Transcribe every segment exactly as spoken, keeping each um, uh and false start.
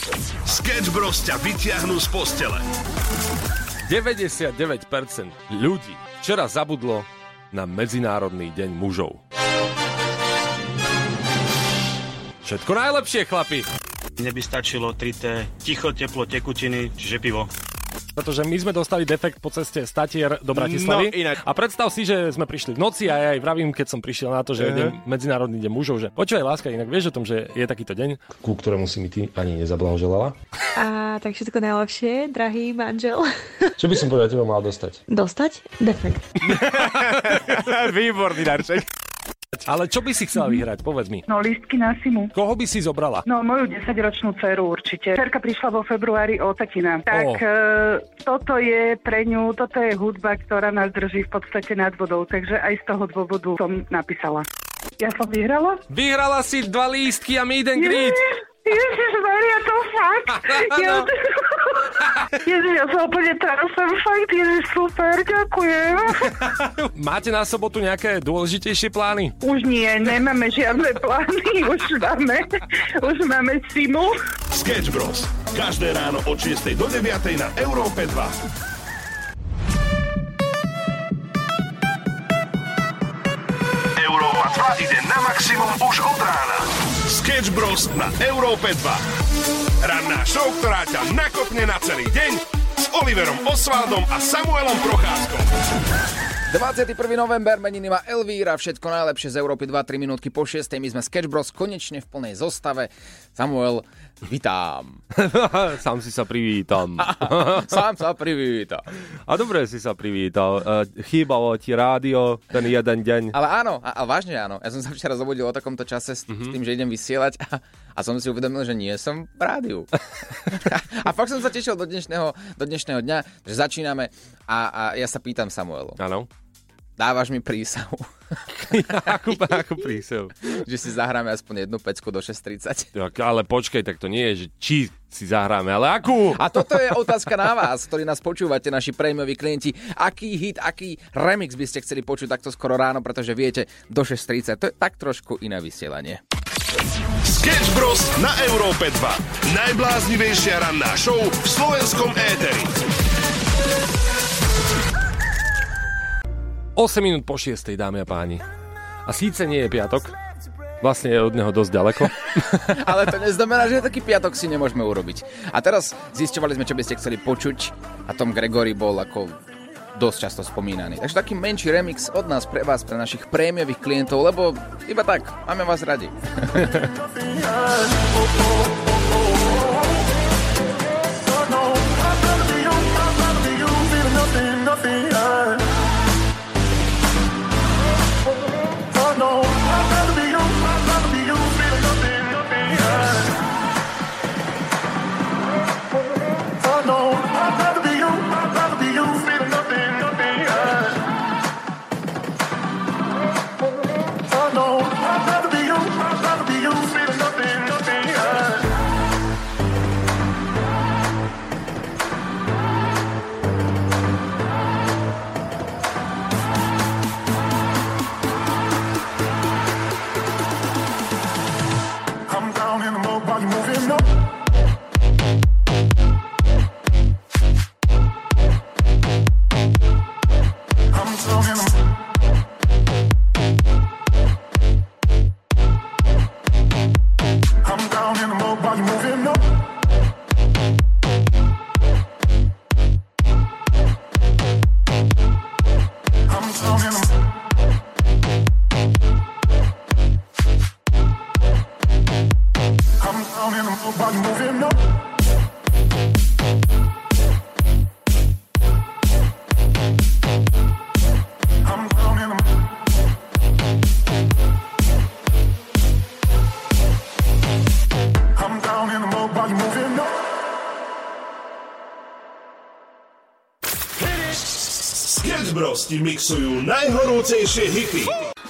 Sketch Bros ťa vytiahnu z postele. deväťdesiatdeväť percent ľudí včera zabudlo na Medzinárodný deň mužov. Všetko najlepšie, chlapi. Mne by stačilo tri té, ticho, teplo, tekutiny, čiže pivo. Pretože my sme dostali defekt po ceste Statier do Bratislavy. No, a predstav si, že sme prišli v noci a ja aj vravím, keď som prišiel na to, že je uh-huh. Medzinárodný deň mužov, že počúvaj, láska, inak vieš o tom, že je takýto deň, ku ktorému si mi ty ani nezablahoželala. A tak všetko najlepšie, drahý manžel. Čo by som podľa teba mal dostať? Dostať? Defekt. Výborný darček. Ale čo by si chcela vyhrať, povedz mi. No, lístky na Simu. Koho by si zobrala? No, moju desaťročnú dceru určite. Dcerka prišla vo februári od tatina. Tak Oh. e, toto je pre ňu, toto je hudba, ktorá nás drží v podstate nad vodou. Takže aj z toho dôvodu som napísala. Ja som vyhrala? Vyhrala si dva lístky a meet and greet. Ježišmaria, to fakt. Ja... Ježiš, ja sa úplne trasem, fakt, ježiš, super, ďakujem. Máte na sobotu nejaké dôležitejšie plány? Už nie, nemáme žiadne plány, už máme, už máme Simu. Sketch Bros. Každé ráno od šiestej do deviatej na Európe dva. Európa dva ide na maximum už od rána. Sketch Bros. Na Európe dva. Ranná show, ktorá ťa nakopne na celý deň s Oliverom Osvaldom a Samuelom Procházkom. dvadsiateho prvého november, meniny má Elvíra, všetko najlepšie z Európy dva, tri minútky po šiestej. My sme Sketch Bros konečne v plnej zostave. Samuel, vitám. Sám si sa privítam. Sám sa privítam. A dobre si sa privítal. Chýbalo ti rádio ten jeden deň. Ale áno, a, a vážne áno. Ja som sa včera zobudil o takomto čase s, mm-hmm. s tým, že idem vysielať a, a som si uvedomil, že nie som v rádiu. A fakt som sa tešil do dnešného, do dnešného dňa, že začíname a, a ja sa pýtam Samuelu. Áno. Dávaš mi prísahu. Akú, akú prísahu? Že si zahráme aspoň jednu pecku do šesť tridsať. Ale počkej, tak to nie je, že či si zahráme, ale akú? A toto je otázka na vás, ktorí nás počúvate, naši prémioví klienti. Aký hit, aký remix by ste chceli počuť takto skoro ráno, pretože viete, do šesť tridsať. To je tak trošku iné vysielanie. Sketch Bros. Na Európe dva. Najbláznivejšia ranná show v slovenskom éteri. osem minút po šiestej, dámy a páni. A síce nie je piatok, vlastne je od neho dosť ďaleko. Ale to neznamená, že taký piatok si nemôžeme urobiť. A teraz zisťovali sme, čo by ste chceli počuť a Tom Gregory bol ako dosť často spomínaný. Takže taký menší remix od nás pre vás, pre našich prémiových klientov, lebo iba tak, máme vás radi. Sketch Bros ti mixujú najhorúcejšie hity.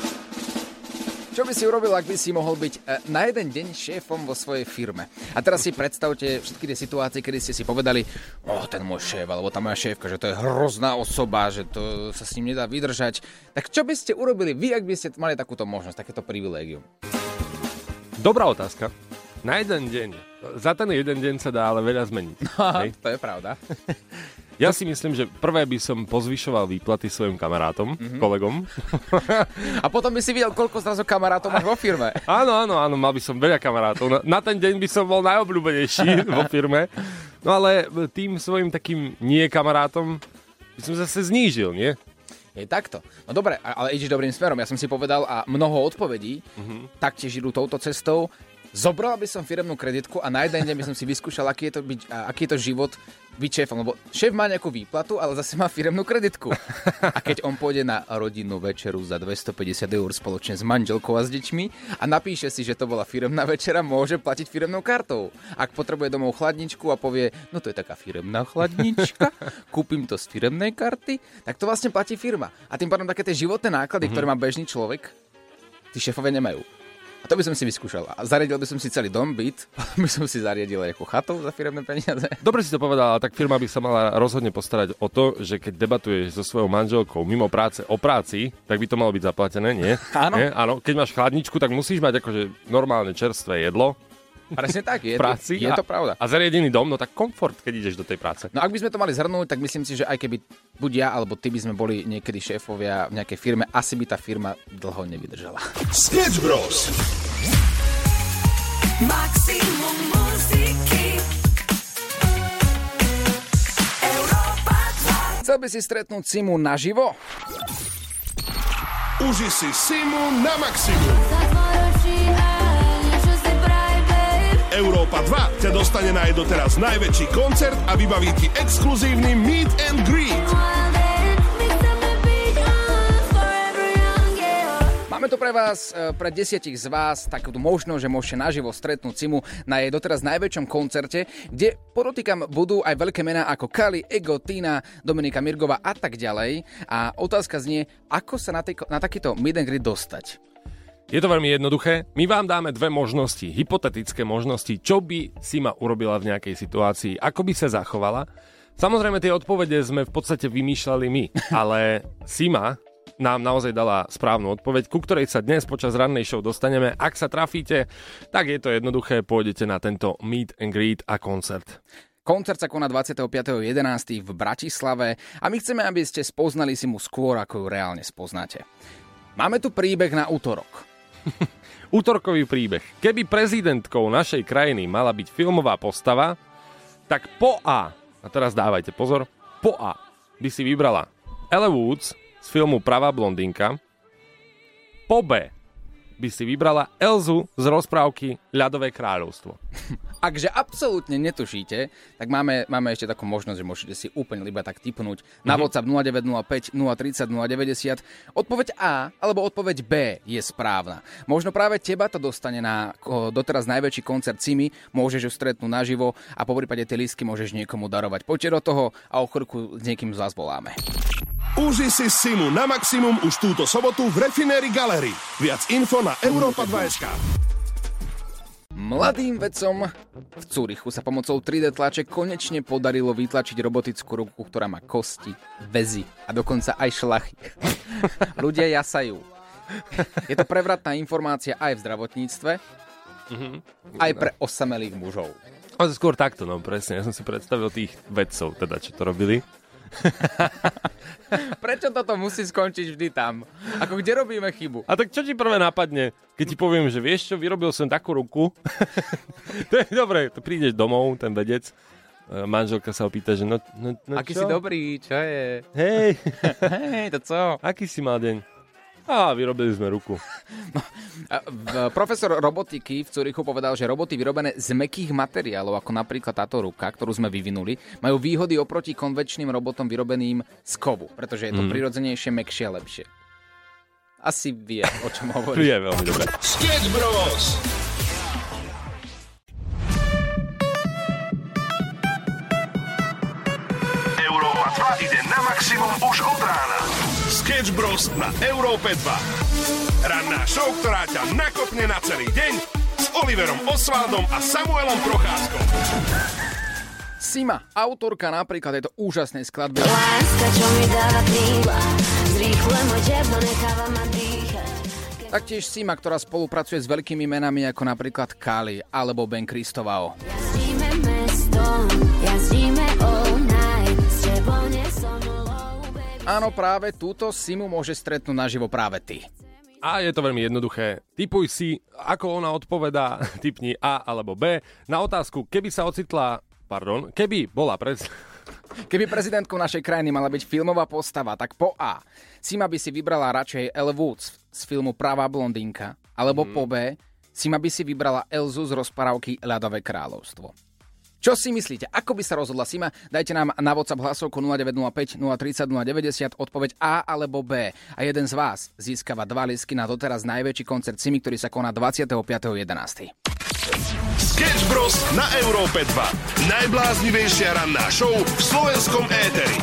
Čo by si urobil, ak by si mohol byť na jeden deň šéfom vo svojej firme? A teraz si predstavte všetky tie situácie, kedy ste si povedali, oh, ten môj šéf, alebo tá moja šéfka, že to je hrozná osoba, že to sa s ním nedá vydržať. Tak čo by ste urobili vy, ak by ste mali takúto možnosť, takéto privilégium? Dobrá otázka. Na jeden deň. Za ten jeden deň sa dá ale veľa zmeniť. No, to je pravda. Ja si myslím, že prvé by som pozvyšoval výplaty svojim kamarátom, mm-hmm. kolegom. A potom by si videl, koľko zrazu kamarátov máš vo firme. Áno, áno, áno, mal by som veľa kamarátov. Na, na ten deň by som bol najobľúbenejší vo firme. No ale tým svojim takým nie kamarátom by som zase znížil, nie? Je takto. No dobre, ale ideš dobrým smerom. Ja som si povedal a mnoho odpovedí mm-hmm. taktiež idú touto cestou. Zobral by som firemnú kreditku a na jeden deň by som si vyskúšal, aký je to, byť, aký je to život byť šéfom. Lebo šéf má nejakú výplatu, ale zase má firemnú kreditku. A keď on pôjde na rodinnú večeru za dvestopäťdesiat eur spoločne s manželkou a s deťmi a napíše si, že to bola firemná večera, môže platiť firemnou kartou. Ak potrebuje domov chladničku a povie, no to je taká firemná chladnička, kúpim to z firemnej karty, tak to vlastne platí firma. A tým pádom také tie životné náklady, mm-hmm. ktoré má bežný človek, tí šéfovia nemajú. A to by som si vyskúšal. A zariadil by som si celý dom, byt, by som si zariadil aj ako chatov za firemné peniaze. Dobre si to povedal, ale tak firma by sa mala rozhodne postarať o to, že keď debatuješ so svojou manželkou mimo práce o práci, tak by to malo byť zaplatené, nie? Áno. Nie? Áno. Keď máš chladničku, tak musíš mať akože normálne čerstvé jedlo. Presne tak, je, práci to, je to pravda. A zariadený dom, no tak komfort, keď ideš do tej práce. No ak by sme to mali zhrnúť, tak myslím si, že aj keby buď ja alebo ty by sme boli niekedy šéfovia v nejakej firme, asi by tá firma dlho nevydržala. Sketch Bros. Maximum muziky Európa dva. Chcel by si stretnúť Simu naživo? Uži si Simu na maximum. Európa dva ťa dostane na jej doteraz najväčší koncert a vybaví ti exkluzívny meet and greet. Máme tu pre vás, pre desiatich z vás, takú možnosť, že môžete naživo stretnúť Simu na jej doteraz najväčšom koncerte, kde podotýkam budú aj veľké mená ako Kali, Ego, Tina, Dominika Mirgová a tak ďalej. A otázka znie, ako sa na, tej, na takýto meet and greet dostať? Je to veľmi jednoduché. My vám dáme dve možnosti, hypotetické možnosti, čo by Sima urobila v nejakej situácii, ako by sa zachovala. Samozrejme, tie odpovede sme v podstate vymýšľali my, ale Sima nám naozaj dala správnu odpoveď, ku ktorej sa dnes počas rannej show dostaneme. Ak sa trafíte, tak je to jednoduché, pôjdete na tento meet and greet a koncert. Koncert sa koná dvadsiateho piateho jedenásteho v Bratislave a my chceme, aby ste spoznali Simu skôr, ako ju reálne spoznáte. Máme tu príbeh na útorok. Útorkový príbeh. Keby prezidentkou našej krajiny mala byť filmová postava, tak po A, a teraz dávajte pozor, po A by si vybrala Elle Woods z filmu Pravá blondínka, po B by si vybrala Elzu z rozprávky Ľadové kráľovstvo. Akže absolútne netušíte, tak máme, máme ešte takú možnosť, že môžete si úplne iba tak tipnúť na mm-hmm. WhatsApp nula deväť nula päť, nula tridsať, nula deväťdesiat. Odpoveď A alebo odpoveď B je správna. Možno práve teba to dostane na doteraz najväčší koncert Simy, môžeš ju stretnúť naživo a po prípade tie lístky môžeš niekomu darovať. Poďte do toho a o chvíľku s niekým z vás voláme. Uži si Simu na maximum už túto sobotu v Refinéri Gallery. Viac info na Európa dva bodka es ká. Mladým vedcom v Cúrichu sa pomocou tri dé tlače konečne podarilo vytlačiť robotickú ruku, ktorá má kosti, väzy a dokonca aj šlachy. Ľudia jasajú. Je to prevratná informácia aj v zdravotníctve, mm-hmm. aj pre osamelých mužov. Ale skôr takto, no presne. Ja som si predstavil tých vedcov, teda čo to robili. Prečo toto musí skončiť vždy tam? Ako kde robíme chybu? A tak čo ti prvé napadne, keď ti poviem, že vieš čo, vyrobil som takú ruku. To je dobré, to prídeš domov, ten vedec, manželka sa opýta, že no, no, no aký čo? si dobrý, čo je? Hej. Hej, to co? Aký si mal deň? Á, vyrobili sme ruku. No, profesor robotiky v Cúrichu povedal, že roboty vyrobené z mäkkých materiálov, ako napríklad táto ruka, ktorú sme vyvinuli, majú výhody oproti konvenčným robotom vyrobeným z kovu, pretože je to mm. prirodzenejšie, mäkšie a lepšie. Asi vie, o čom hovorí. Vie veľmi dobre. Sketch Bros. Európa dva ide na maximum už od rána. Sketch Bros na Európe dva. Ranná show, ktorá ťa nakopne na celý deň s Oliverom Osvaldom a Samuelom Procházkom. Sima, autorka napríklad tejto úžasnej skladby. Láska, čo mi dáva kríla, zrýchle môj teplo necháva ma dýchať. Taktiež Sima, ktorá spolupracuje s veľkými menami ako napríklad Kali alebo Ben Kristovao. Áno, práve túto Simu môže stretnúť naživo práve ty. A je to veľmi jednoduché. Tipuj si, ako ona odpovedá, tipni A alebo B. Na otázku, keby sa ocitla, pardon, keby bola pred... Keby prezidentkou našej krajiny mala byť filmová postava, tak po A. Sima by si vybrala radšej Elle Woods z filmu Pravá blondínka, alebo mm. po B. Sima by si vybrala Elzu z rozprávky Ľadové kráľovstvo. Čo si myslíte? Ako by sa rozhodla Sima? Dajte nám na WhatsApp hlasovku nula deväť nula päť, nula tri nula, nula deväťdesiat odpoveď A alebo B. A jeden z vás získava dva lístky na doteraz najväčší koncert Simy, ktorý sa koná dvadsiateho piateho jedenásteho Sketch Bros. Na Európe dva. Najbláznivejšia ranná show v slovenskom éteri.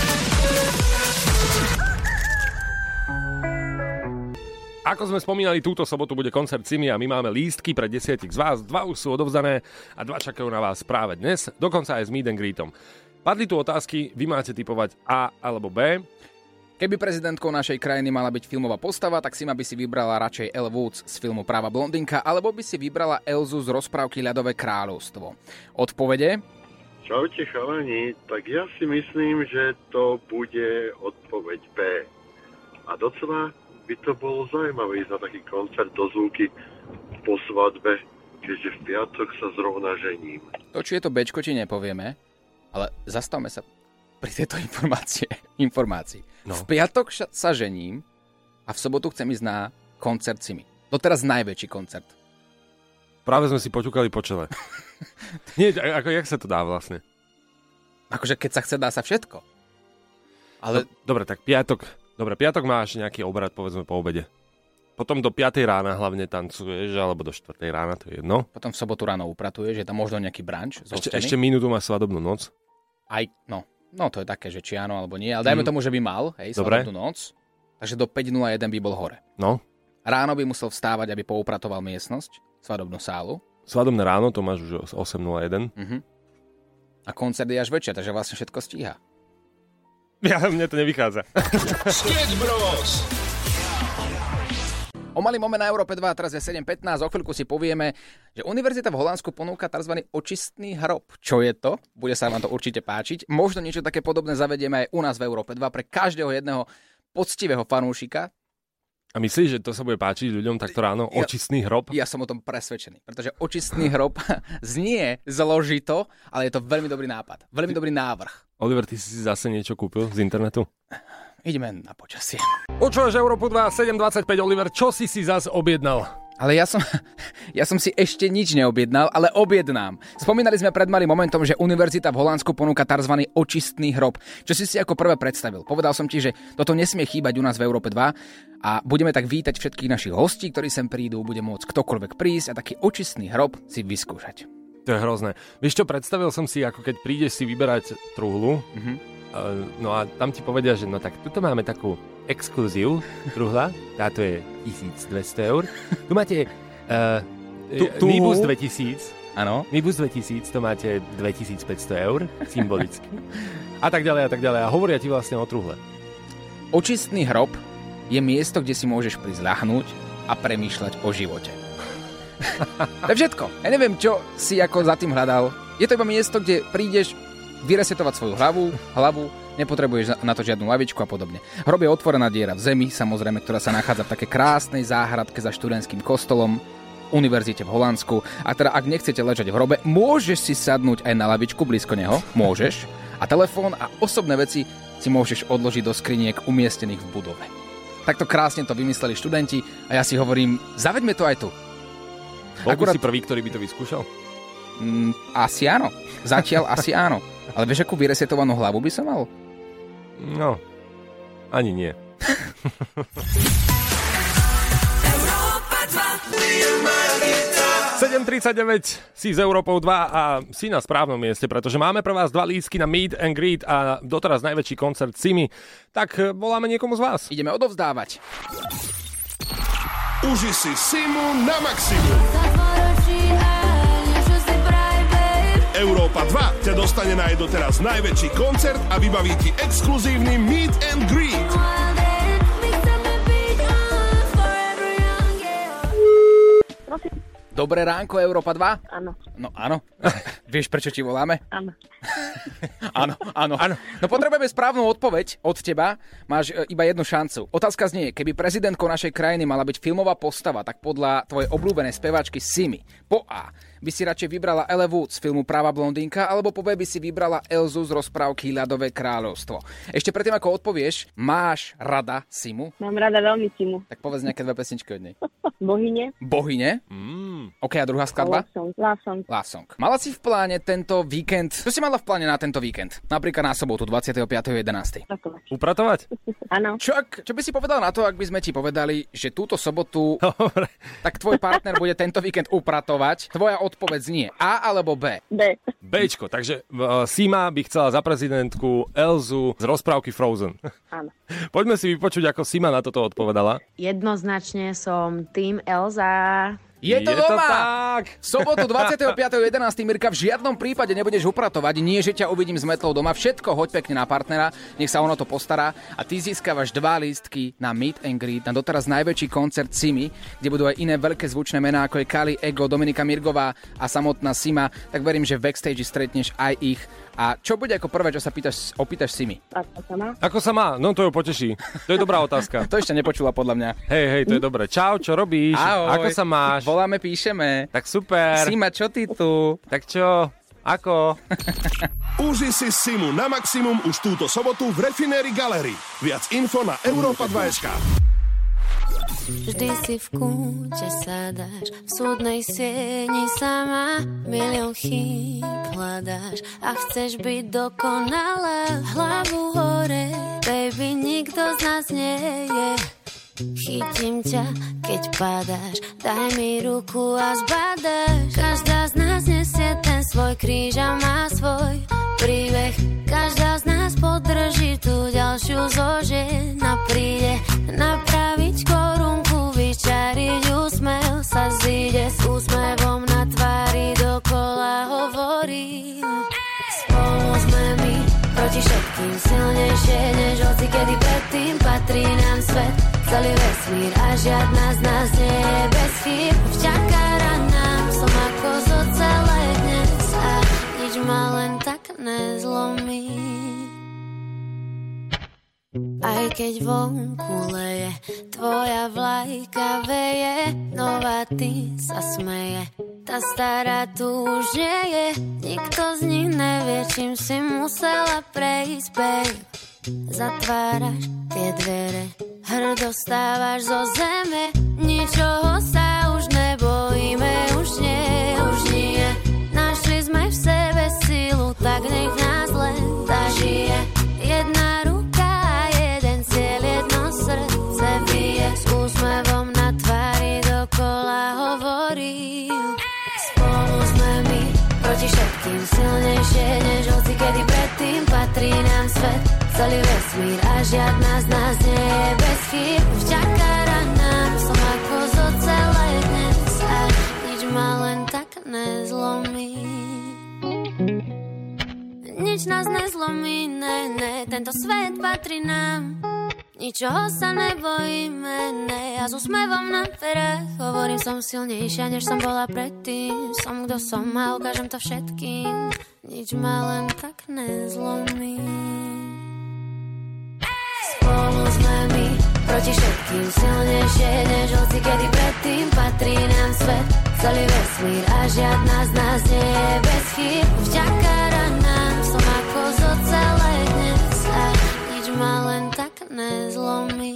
Ako sme spomínali, túto sobotu bude koncert Simy a my máme lístky pre desiatich z vás. Dva už sú odovzdané a dva čakajú na vás práve dnes, dokonca aj s meet and greetom. Padli tu otázky, vy máte tipovať A alebo B. Keby prezidentkou našej krajiny mala byť filmová postava, tak Sima by si vybrala radšej Elle Woods z filmu Pravá blondínka, alebo by si vybrala Elzu z rozprávky Ľadové kráľovstvo. Odpovede? Čaute chalani, tak ja si myslím, že to bude odpoveď B. A docela by to bolo zaujímavé ísť na taký koncert do Zúky po svadbe, keďže v piatok sa zrovna žením. To, či je to Bčko, či nepovieme, ale zastavme sa pri tejto informácie, informácii. No. V piatok sa žením a v sobotu chcem ísť na koncert Simy. Doteraz najväčší koncert. Práve sme si poťukali po čele. Nie, ako, jak sa to dá vlastne? Akože keď sa chce, dá sa všetko. Ale... No, dobre, tak piatok... Dobre, piatok máš nejaký obrad, povedzme, po obede. Potom do piatej rána hlavne tancuješ, alebo do štvrtej rána, to je jedno. Potom v sobotu ráno upratuješ, je tam možno nejaký brunch. Ešte, ešte minútu máš svadobnú noc. Aj, no, no to je také, že či áno, alebo nie. Ale dajme mm. tomu, že by mal, hej, Dobre. svadobnú noc. Takže do päť nula jeden by bol hore. No. Ráno by musel vstávať, aby poupratoval miestnosť, svadobnú sálu. Svadobné ráno, to máš už osem nula jeden. Uh-huh. A koncert je až večer, takže vlastne všetko stíha. Ja, mne to nevychádza. Sketch Bros. O malý moment na Európe dva, teraz je sedem pätnásť, o chvíľku si povieme, že univerzita v Holandsku ponúka tzv. Očistný hrob. Čo je to? Bude sa vám to určite páčiť. Možno niečo také podobné zavedieme aj u nás v Európe dva pre každého jedného poctivého fanúšika. A myslíš, že to sa bude páčiť ľuďom takto ráno? Ja, očistný hrob? Ja som o tom presvedčený, pretože očistný hrob znie zložito, ale je to veľmi dobrý nápad. Veľmi dobrý návrh. Oliver, ty si zase niečo kúpil z internetu? Ideme na počasie. Počúvaš Európu dva, sedem dvadsaťpäť, Oliver, čo si si zase objednal? Ale ja som, ja som si ešte nič neobjednal, ale objednám. Spomínali sme pred malým momentom, že univerzita v Holandsku ponúka tzv. Očistný hrob. Čo si si ako prvé predstavil? Povedal som ti, že toto nesmie chýbať u nás v Európe dva a budeme tak vítať všetkých našich hostí, ktorí sem prídu, bude môcť ktokoľvek prísť a taký očistný hrob si vyskúšať. To je hrozné. Vieš čo, predstavil som si, ako keď prídeš si vyberať truhlu, uh-huh. uh, no a tam ti povedia, že no tak tuto máme takú exkluzív truhla, táto je tisícdvesto eur. Tu máte uh, tu, tu... Nibus dvetisíc. Áno. Nibus dvetisíc, to máte dvetisícpäťsto eur, symbolicky. A tak ďalej, a tak ďalej. A hovoria ti vlastne o truhle. Očistný hrob je miesto, kde si môžeš prísť ľahnúť a premýšľať o živote. To je všetko. Ja neviem, čo si ako za tým hľadal. Je to iba miesto, kde prídeš vyresetovať svoju hlavu, hlavu, nepotrebuješ na to žiadnu lavičku a podobne. Hrob je otvorená diera v zemi, samozrejme, ktorá sa nachádza v takej krásnej záhradke za študentským kostolom, univerzite v Holandsku. A teda, ak nechcete ležať v hrobe, môžeš si sadnúť aj na lavičku blízko neho, môžeš. A telefón a osobné veci si môžeš odložiť do skriniek umiestnených v budove. Takto krásne to vymysleli študenti a ja si hovorím, zaveďme to aj tu. Bol Akurát... si prvý, ktorý by to vyskúšal? Mm, asi áno. Zatiaľ asi áno. Ale vieš, akú vyresetovanú hlavu by som mal? No, ani nie. sedem tridsaťdeväť si z Európou dva a si na správnom mieste, pretože máme pre vás dva lístky na Meet and Greet a doteraz najväčší koncert Simy. Tak voláme niekomu z vás. Ideme odovzdávať. Uži si Simu na maximum. Európa dva ťa dostane na jej doteraz najväčší koncert a vybaví ti exkluzívny Meet and Greet. Dobré ránko, Európa dva? Áno. No áno. Vieš, prečo ti voláme? Áno. Áno, áno, áno. No potrebujeme správnu odpoveď od teba. Máš e, iba jednu šancu. Otázka znie, keby prezidentkou našej krajiny mala byť filmová postava, tak podľa tvojej obľúbenej speváčky Simi, po A by si radšej vybrala Elle Wood z filmu Práva blondínka, alebo po B by si vybrala Elzu z rozprávky Ľadové kráľovstvo. Ešte predtým, ako odpovieš, máš rada Simu? Mám rada veľmi Simu. Tak povedz nejaké dve pesničky od nej. Bohyne. Bohyne? Mm. OK, a druhá skladba? Love song. Love song. Love song. Mala si v pláne tento víkend? Čo si mala v pláne na tento víkend? Napríklad na sobotu dvadsiateho piateho jedenásteho Taková. Upratovať? Áno. Čo, ak, čo by si povedal na to, ak by sme ti povedali, že túto sobotu, Dobre. tak tvoj partner bude tento víkend upratovať? Tvoja odpoveď znie A alebo B? B. Bčko, takže uh, Sima by chcela za prezidentku Elzu z rozprávky Frozen. Áno. Poďme si vypočuť, ako Sima na toto odpovedala. Jednoznačne som tým Elza. Je to Je to doma! tak! V sobotu dvadsiateho piateho jedenásteho Mirka, v žiadnom prípade nebudeš upratovať, nie, že ťa uvidím s metlou doma, všetko hoď pekne na partnera, nech sa ono to postará a ty získavaš dva lístky na Meet and Greet, na doteraz najväčší koncert Simi, kde budú aj iné veľké zvučné mená, ako je Kali, Ego, Dominika Mirgová a samotná Sima, tak verím, že v backstage stretneš aj ich. A čo bude ako prvé, čo sa pýtaš, opýtaš Simi? Ako sa má? Ako sa má? No to ju poteší. To je dobrá otázka. To ešte nepočula podľa mňa. Hej, hej, to je dobré. Čau, čo robíš? Ahoj. Ako sa máš? Voláme, píšeme. Tak super. Sima, čo ty tu? Tak čo? Ako? Uži si Simu na maximum už túto sobotu v Refinéri Gallery. Viac info na Európa dva bodka es ká. Vždy si v kúte sadáš, v súdnej sieni sama, milión chýb hľadáš a chceš byť dokonalá. Hlavu hore, baby, nikto z nás nie je. Chytím ťa, keď padáš, daj mi ruku a zbadáš. Každá z nás nesie ten svoj kríž a má svoj príbeh. Každá z nás podrží tú ďalšiu zo žien a príde napraviť korunku, vyčariť úsmev, sa zíde s úsmevom na tvári, dokola hovorí. Spolu sme my, proti všetkým silnejšie než hoci kedy predtým, patrí nám svet, celý vesmír a žiadna z nás nie je bez chýb. Vďaka ranám som ako z ocele dnes a nič ma len tak nezlomí. Aj keď vonku leje, tvoja vlajka veje, nová ty sa smeje, tá stará tu už nie je. Nikto z nich nevie, čím si musela prejsť, babe. Zatváraš tie dvere, hrdo stávaš zo zeme, ničoho sa už nebojíme, už nie, už nie. Našli sme v sebe silu, tak nech nás len tá žije. Jedna ruka a jeden cieľ, jedno srdce bije, s úsmevom na tvári dokola hovorí. Spolu sme my, proti všetkým silnejšie než hoci kedy predtým, patrí nám svet, celý vesmír a žiadna z nás nie je bez chýb. Vďaka ranám som ako z ocele dnes a nič ma len tak nezlomí. Nič nás nezlomí, ne, ne, tento svet patrí nám. Ničoho sa nebojíme, ne, a s úsmevom na perách hovorím, som silnejšia, než som bola predtým. Som kto som a ukážem to všetkým. Nič ma len tak nezlomí. Spolu sme my, proti všetkým silnejšie než hoci kedy predtým, patrí nám svet, celý vesmír a žiadna z nás nie je bez chýb. Vďaka ranám som ako z ocele dnes a nič ma len tak nezlomí.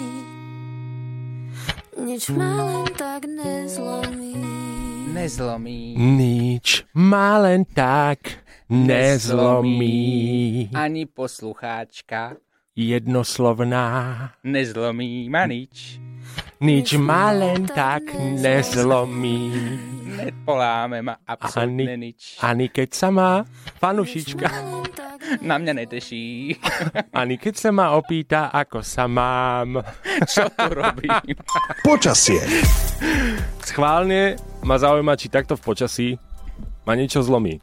Nič ma len tak nezlomí. Nezlomí. Nič ma len tak nezlomí. Ani poslucháčka Jednoslovná. nezlomí ma nič. Nič ma len tak nezlomí. Nepoláme ma absolútne Ani, nič. ani keď sa má fanušička. Na mňa neteší. Ani keď sa ma opýta, ako sa mám. Čo tu robím? Počasie. Schválne ma zaujíma, či takto v počasí ma niečo zlomí.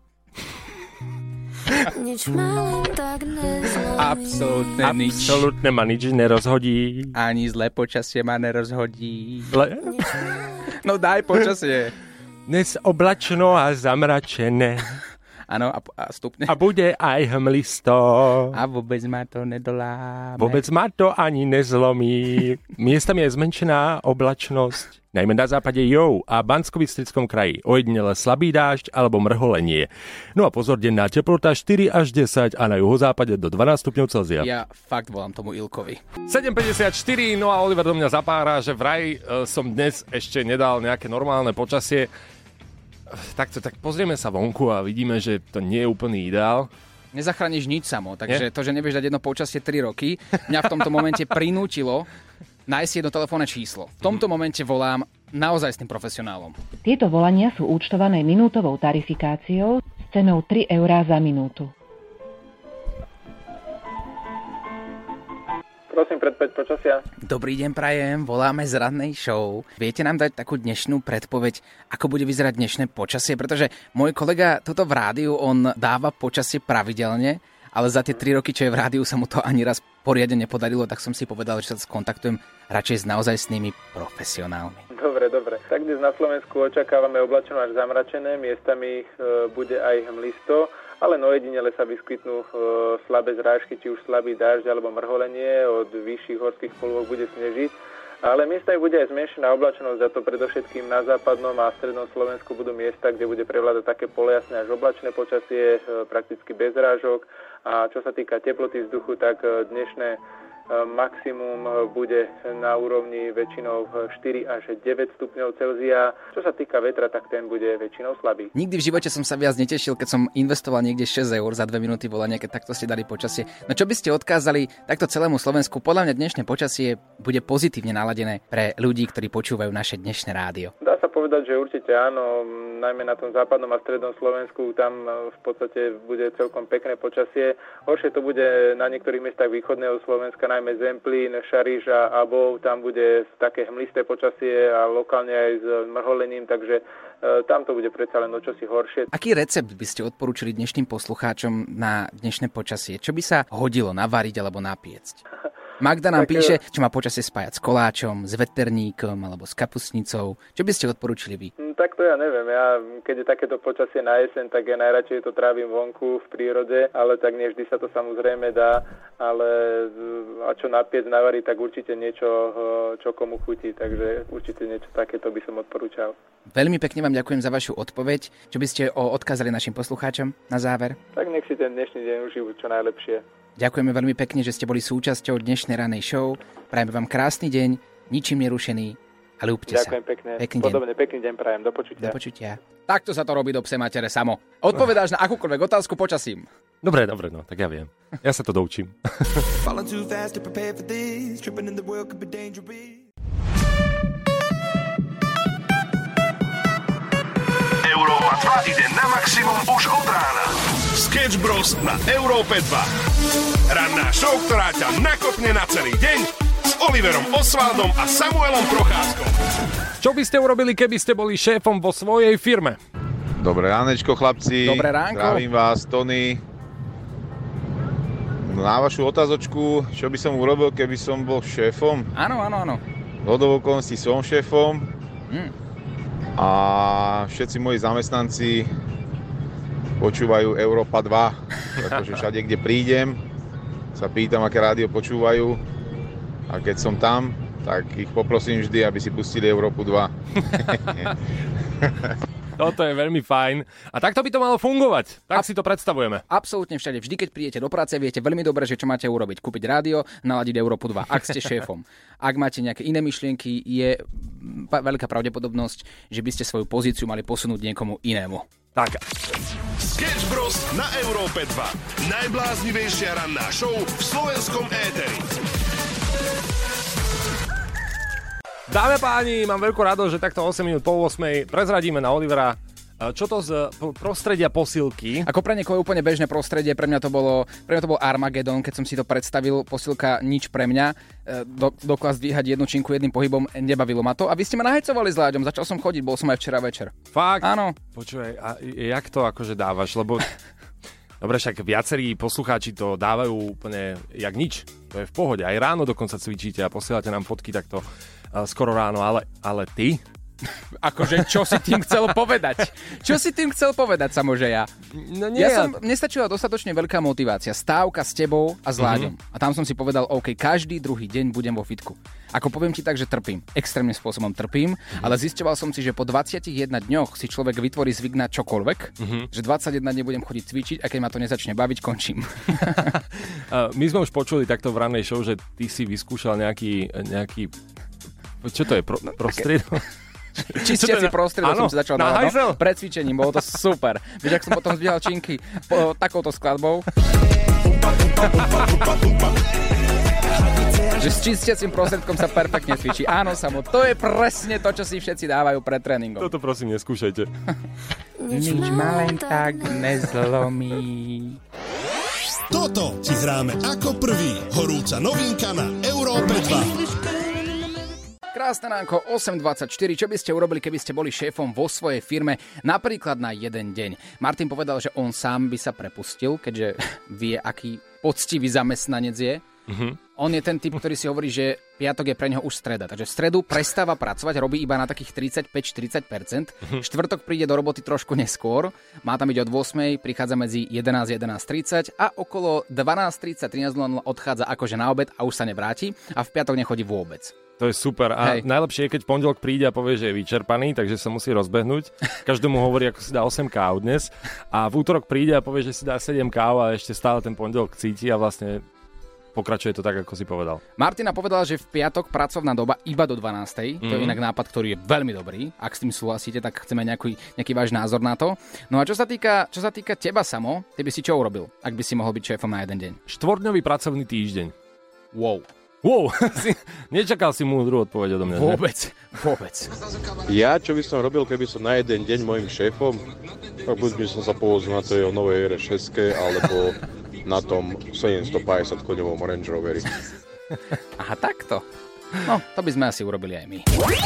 Nič ma len tak nezlomí. Absolútne nič. Absolútne ma nič nerozhodí. Ani zlé počasie ma nerozhodí. Le... No daj počasie. Dnes oblačno a zamračené. Áno, a, a stupne. A bude aj hmlisto. A vôbec ma to nedoláme. Vôbec ma to ani nezlomí. Miestami je zmenšená oblačnosť. Najmä na západe Jou a Banskobystrickom kraji. Ojedinele slabý dážď alebo mrholenie. No a pozor, denná teplota štyri až desať a na juhozápade do dvanásť stupňov Celzia. Ja fakt volám tomu Ilkovi. sedem päťdesiatštyri, no a Oliver do mňa zapára, že vraj e, som dnes ešte nedal nejaké normálne počasie. Takto, tak pozrieme sa vonku a vidíme, že to nie je úplný ideál. Nezachrániš nič samo, takže nie? To, že nevieš dať jedno počasie tri roky, mňa v tomto momente prinútilo nájsť jedno telefónne číslo. V tomto momente volám naozaj s tým profesionálom. Tieto volania sú účtované minútovou tarifikáciou s cenou tri eurá za minútu. Prosím, predpoveď počasia. Dobrý deň, prajem, voláme z rannej show. Viete nám dať takú dnešnú predpoveď, ako bude vyzerať dnešné počasie? Pretože môj kolega toto v rádiu, on dáva počasie pravidelne, ale za tie tri roky, čo je v rádiu, sa mu to ani raz poriadne nepodarilo, tak som si povedal, že sa skontaktujem radšej s naozajstnými profesionálmi. Dobre, dobre. Tak dnes na Slovensku očakávame oblačno až zamračené, miestami e, bude aj hmlisto, ale no ojedinele sa vyskytnú e, slabé zrážky, či už slabý dážď alebo mrholenie, od vyšších horských polôch bude snežiť. Ale miesta bude aj zmenšená oblačnosť, a to predovšetkým na západnom a strednom Slovensku budú miesta, kde bude prevládať také polojasné až oblačné počasie, e, prakticky bez zrážok. A čo sa týka teploty vzduchu, tak dnešné maximum bude na úrovni väčšinou štyri až deväť stupňov Celzia. Čo sa týka vetra, tak ten bude väčšinou slabý. Nikdy v živote som sa viac netešil, keď som investoval niekde šesť eur za dve minúty volania, keď takto ste dali počasie. No čo by ste odkázali takto celému Slovensku? Podľa mňa dnešné počasie bude pozitívne naladené pre ľudí, ktorí počúvajú naše dnešné rádio. Dá sa povedať, že určite áno, najmä na tom západnom a strednom Slovensku, tam v podstate bude celkom pekné počasie. Horšie to bude na niektorých miestach východného Slovenska, najmä Zemplín, Šariš a Abov, tam bude také hmlisté počasie a lokálne aj s mrholením, takže e, tam to bude predsa len o čosi horšie. Aký recept by ste odporúčili dnešným poslucháčom na dnešné počasie? Čo by sa hodilo navariť alebo napiecť? Magda nám tak, píše, čo má počasie spájať s koláčom, s veterníkom alebo s kapustnicou. Čo by ste odporúčili vy? Tak to ja neviem. Ja, keď je takéto počasie na jeseň, tak ja najradšej to trávim vonku v prírode, ale tak nie vždy sa to samozrejme dá. Ale a čo napiec, navariť, tak určite niečo, čo komu chutí. Takže určite niečo takéto by som odporúčal. Veľmi pekne vám ďakujem za vašu odpoveď. Čo by ste odkázali našim poslucháčom na záver? Tak nech si ten dnešný deň užijú čo najlepšie. Ďakujeme veľmi pekne, že ste boli súčasťou dnešnej ranej show. Prajeme vám krásny deň, ničím nerušený a ľúbte sa. Ďakujem pekne. Pekný Podobne, pekný deň prajem. Do počutia. Do počutia. Takto sa to robí do psej matere samo. Odpovedáš na akúkoľvek otázku počasím. Dobre, dobre, no, tak ja viem. Ja sa to doučím. Európa dva ide na maximum už od rána. Sketch Bros na Európe dva. Ranná show, ktorá ťa nakopne na celý deň s Oliverom Osvaldom a Samuelom Procházkom. Čo by ste urobili, keby ste boli šéfom vo svojej firme? Dobré ránečko, chlapci. Dobré ránko. Zdravím vás, Tony. Na vašu otázočku, čo by som urobil, keby som bol šéfom? Áno, áno, áno. Hodou okolností som šéfom. Hmm. A všetci moji zamestnanci počúvajú Európa dva, pretože všade, kde prídem, sa pýtam, aké rádio počúvajú, a keď som tam, tak ich poprosím vždy, aby si pustili Európu dva. Toto je veľmi fajn. A takto by to malo fungovať. Tak a si to predstavujeme. Absolútne všade. Vždy, keď prídete do práce, viete veľmi dobre, že čo máte urobiť. Kúpiť rádio, naladiť Európu dva, ak ste šéfom. Ak máte nejaké iné myšlienky, je veľká pravdepodobnosť, že by ste svoju pozíciu mali posunúť niekomu inému. Tak. Sketch Bros na Európe dva. Najbláznivejšia ranná show v slovenskom éteri. Dáme páni, mám veľkú radosť, že takto osem minút po ôsmej prezradíme na Olivera, čo to z prostredia posilky. Ako pre niekoho je úplne bežné prostredie, pre mňa to bolo, pre mňa to bol Armagedon, keď som si to predstavil, posilka nič pre mňa. Do, dokaz dvíhať jednu činku jedným pohybom, nebavilo ma to. A vy ste ma nahecovali s Láďom, začal som chodiť, bol som aj včera večer. Fakt? Áno. Počúvaj, a jak to akože dávaš, lebo... Dobre, však viacerí poslucháči to dávajú úplne jak nič. To je v pohode. Aj ráno dokonca cvičíte a posielate nám fotky takto uh, skoro ráno. Ale, ale ty? Akože, čo si tým chcel povedať? Čo si tým chcel povedať, Samo, že ja? No nie, Ja som, mne stačila dostatočne veľká motivácia. Stávka s tebou a s Láďom. Mm-hmm. A tam som si povedal, OK, každý druhý deň budem vo fitku. Ako poviem ti tak, že trpím. Extrémnym spôsobom trpím, mm-hmm. ale zisťoval som si, že po dvadsiatich jeden dňoch si človek vytvorí zvyk na čokoľvek, mm-hmm. že dvadsaťjeden dní budem chodiť cvičiť a keď ma to nezačne baviť, končím. My sme už počuli takto v rannej show, že ty si vyskúšal nejaký, nejaký čo to je, Pro, prostriedok? Čistiaci prostriedok som si začal dávať no, pred cvičením, bolo to super. Vieš, ak som potom zbiehal činky po takouto skladbou. Že s čistiacím prostriedkom sa perfektne cvičí. Áno, Samo, to je presne to, čo si všetci dávajú pred tréningom. Toto prosím neskúšajte. Nič ma len tak nezlomí. Toto ti hráme ako prvý. Horúca novinka na Európe dva. Krásne ránko, osem dvadsaťštyri. Čo by ste urobili, keby ste boli šéfom vo svojej firme napríklad na jeden deň? Martin povedal, že on sám by sa prepustil, keďže vie, aký poctivý zamestnanec je. Mm-hmm. On je ten typ, ktorý si hovorí, že piatok je pre neho už streda. Takže v stredu prestáva pracovať, robí iba na takých tridsaťpäť až štyridsať percent. Mm-hmm. Štvrtok príde do roboty trošku neskôr. Má tam byť od ôsmej, prichádza medzi jedenásť a jedenásť tridsať a okolo dvanásť tridsať trinásť odchádza akože na obed a už sa nevráti a v piatok nechodí vôbec. To je super. A Hej. najlepšie je, keď v pondelok príde a povie, že je vyčerpaný, takže sa musí rozbehnúť. Každému hovorí, ako si dá osem káv dnes. A v útorok príde a povie, že si dá sedem káv a ešte stále ten pondelok cíti a vlastne pokračuje to tak, ako si povedal. Martina povedala, že v piatok pracovná doba iba do dvanástej. Mm. To je inak nápad, ktorý je veľmi dobrý. Ak s tým súhlasíte, tak chceme nejaký, nejaký váš názor na to. No a čo sa týka, čo sa týka teba, Samo, ty by si čo urobil, ak by si mohol byť šéfom na jeden deň? Štvorňový pracovný týždeň. Wow. Wow, nečakal si múdru odpoveď odo mňa, Vôbec, že? vôbec. Ja, čo by som robil, keby som na jeden deň môjim šéfom, tak buď by som sa povozil na tej novej er šesť alebo na tom sedemstopäťdesiat koňovom Range Roveri. Aha, takto. No, to by sme asi urobili aj my.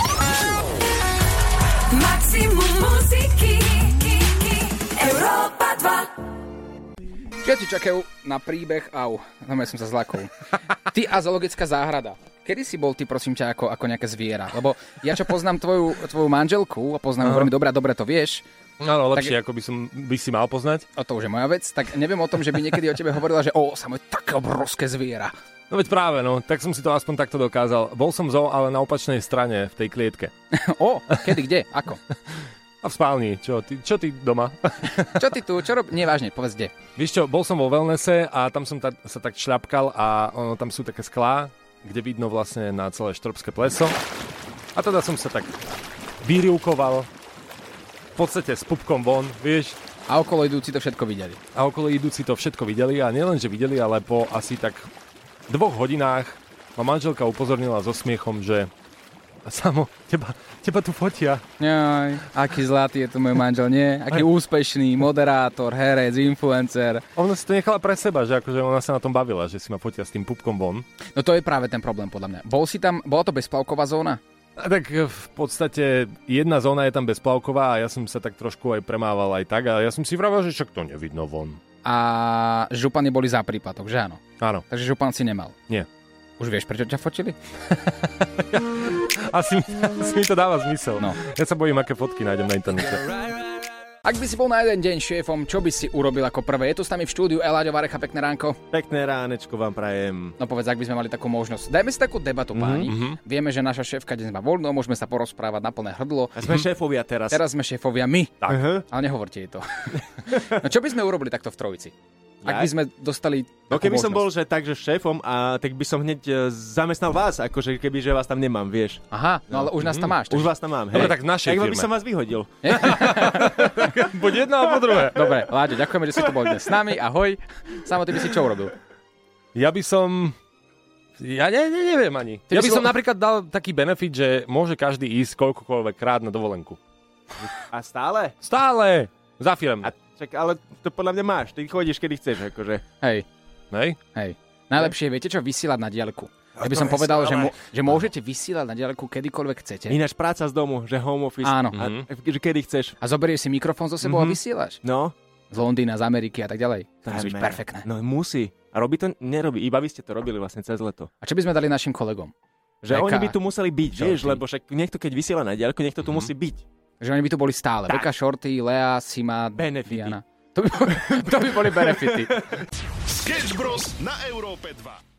Maximum muziky Európa dva. Všetci čakajú na príbeh, au, tam som sa zlakol. Ty a zoologická záhrada. Kedy si bol ty, prosím ťa, ako, ako nejaké zviera? Lebo ja, čo poznám tvoju, tvoju manželku a poznám ju veľmi dobre, dobre to vieš. Áno, lepšie, tak, ako by, som, by si mal poznať. O to už je moja vec. Tak neviem o tom, že by niekedy o tebe hovorila, že o, Samo je také obrovské zviera. No veď práve, no, tak som si to aspoň takto dokázal. Bol som zoo, ale na opačnej strane, v tej klietke. O, kedy, kde, ako? A v spálni, čo ty, čo ty doma? Čo ty tu, čo rob... Nie, vážne, povedz kde. Víš čo, bol som vo wellnesse a tam som ta, sa tak šľapkal a ono, tam sú také sklá, kde vidno vlastne na celé štrbské pleso. A teda som sa tak vyrivkoval, v podstate s pupkom von, vieš. A okolo idúci to všetko videli. A okolo idúci to všetko videli a nielen, že videli, ale po asi tak dvoch hodinách ma manželka upozornila so smiechom, že Samo, teba, teba tu fotia. Jaj, aký zlatý je tu môj manžel, nie? Aký Aj. úspešný moderátor, herec, influencer. Ona si to nechala pre seba, že akože ona sa na tom bavila, že si ma fotia s tým pupkom von. No to je práve ten problém podľa mňa. Bol si tam, bola to bezplavková zóna? A tak v podstate jedna zóna je tam bezplavková a ja som sa tak trošku aj premával aj tak a ja som si vravel, že však to nevidno von. A župany boli za príplatok, že áno? Áno. Takže župan si nemal? Nie. Už vieš, prečo ťa fotili? Asi, asi mi to dáva zmysel. No. Ja sa bojím, aké fotky nájdem na internete. Ak by si bol na jeden deň šéfom, čo by si urobil ako prvé? Je tu s nami v štúdiu Eláďo Varecha, pekné ránko. Pekné ránečko vám prajem. No povedz, ak by sme mali takú možnosť. Dajme si takú debatu, páni. Mm-hmm. Vieme, že naša šéfka dnes má voľno, môžeme sa porozprávať na plné hrdlo. A sme mm-hmm. šéfovia teraz. Teraz sme šéfovia my. Tak. Uh-huh. Ale nehovorte jej to. No čo by sme urobili takto v trojici? Ak by sme dostali No keby možnosť. Som bol, že takže šéfom, a tak by som hneď zamestnal vás, akože keby, že vás tam nemám, vieš. Aha, no ale už nás tam máš. Už vás tam mám, hej. Dobre, tak v našej firme. firme. by som vás vyhodil. Buď jedno, alebo druhé. Dobre, Láďo, ďakujeme, že si tu bol dnes s nami, ahoj. Samo, ty by si čo urobil? Ja by som... Ja ne, ne, neviem ani. Ty ja by som lo... napríklad dal taký benefit, že môže každý ísť koľkokoľvek krát na dovolenku. A stále? Stále! Za firmu. Čak, ale to podľa mňa máš, ty chodíš, kedy chceš, akože. Hej. Hej? Hej. Najlepšie, viete čo, vysielať na diaľku. Ja by som povedal, že, mo- že môžete vysielať na diaľku kedykoľvek chcete. Ináč práca z domu, že home office. Áno. A, mm-hmm. že kedy chceš. A zoberieš si mikrofón so sebou mm-hmm. a vysielaš. No. Z Londýna, z Ameriky a tak ďalej. To musí byť perfektné. No musí. A robí to, nerobí. Iba vy ste to robili vlastne cez leto. A čo by sme dali našim kolegom? Že Veka. oni by tu museli byť, Shorty. vieš, lebo však niekto keď vysiela na diaľku, niekto tu Mhm. musí byť. Že oni by tu boli stále. Tak. Veka, Shorty, Lea, Sima, Benefity. Diana. To by, to by boli benefity. Sketch Bros na Európe dva.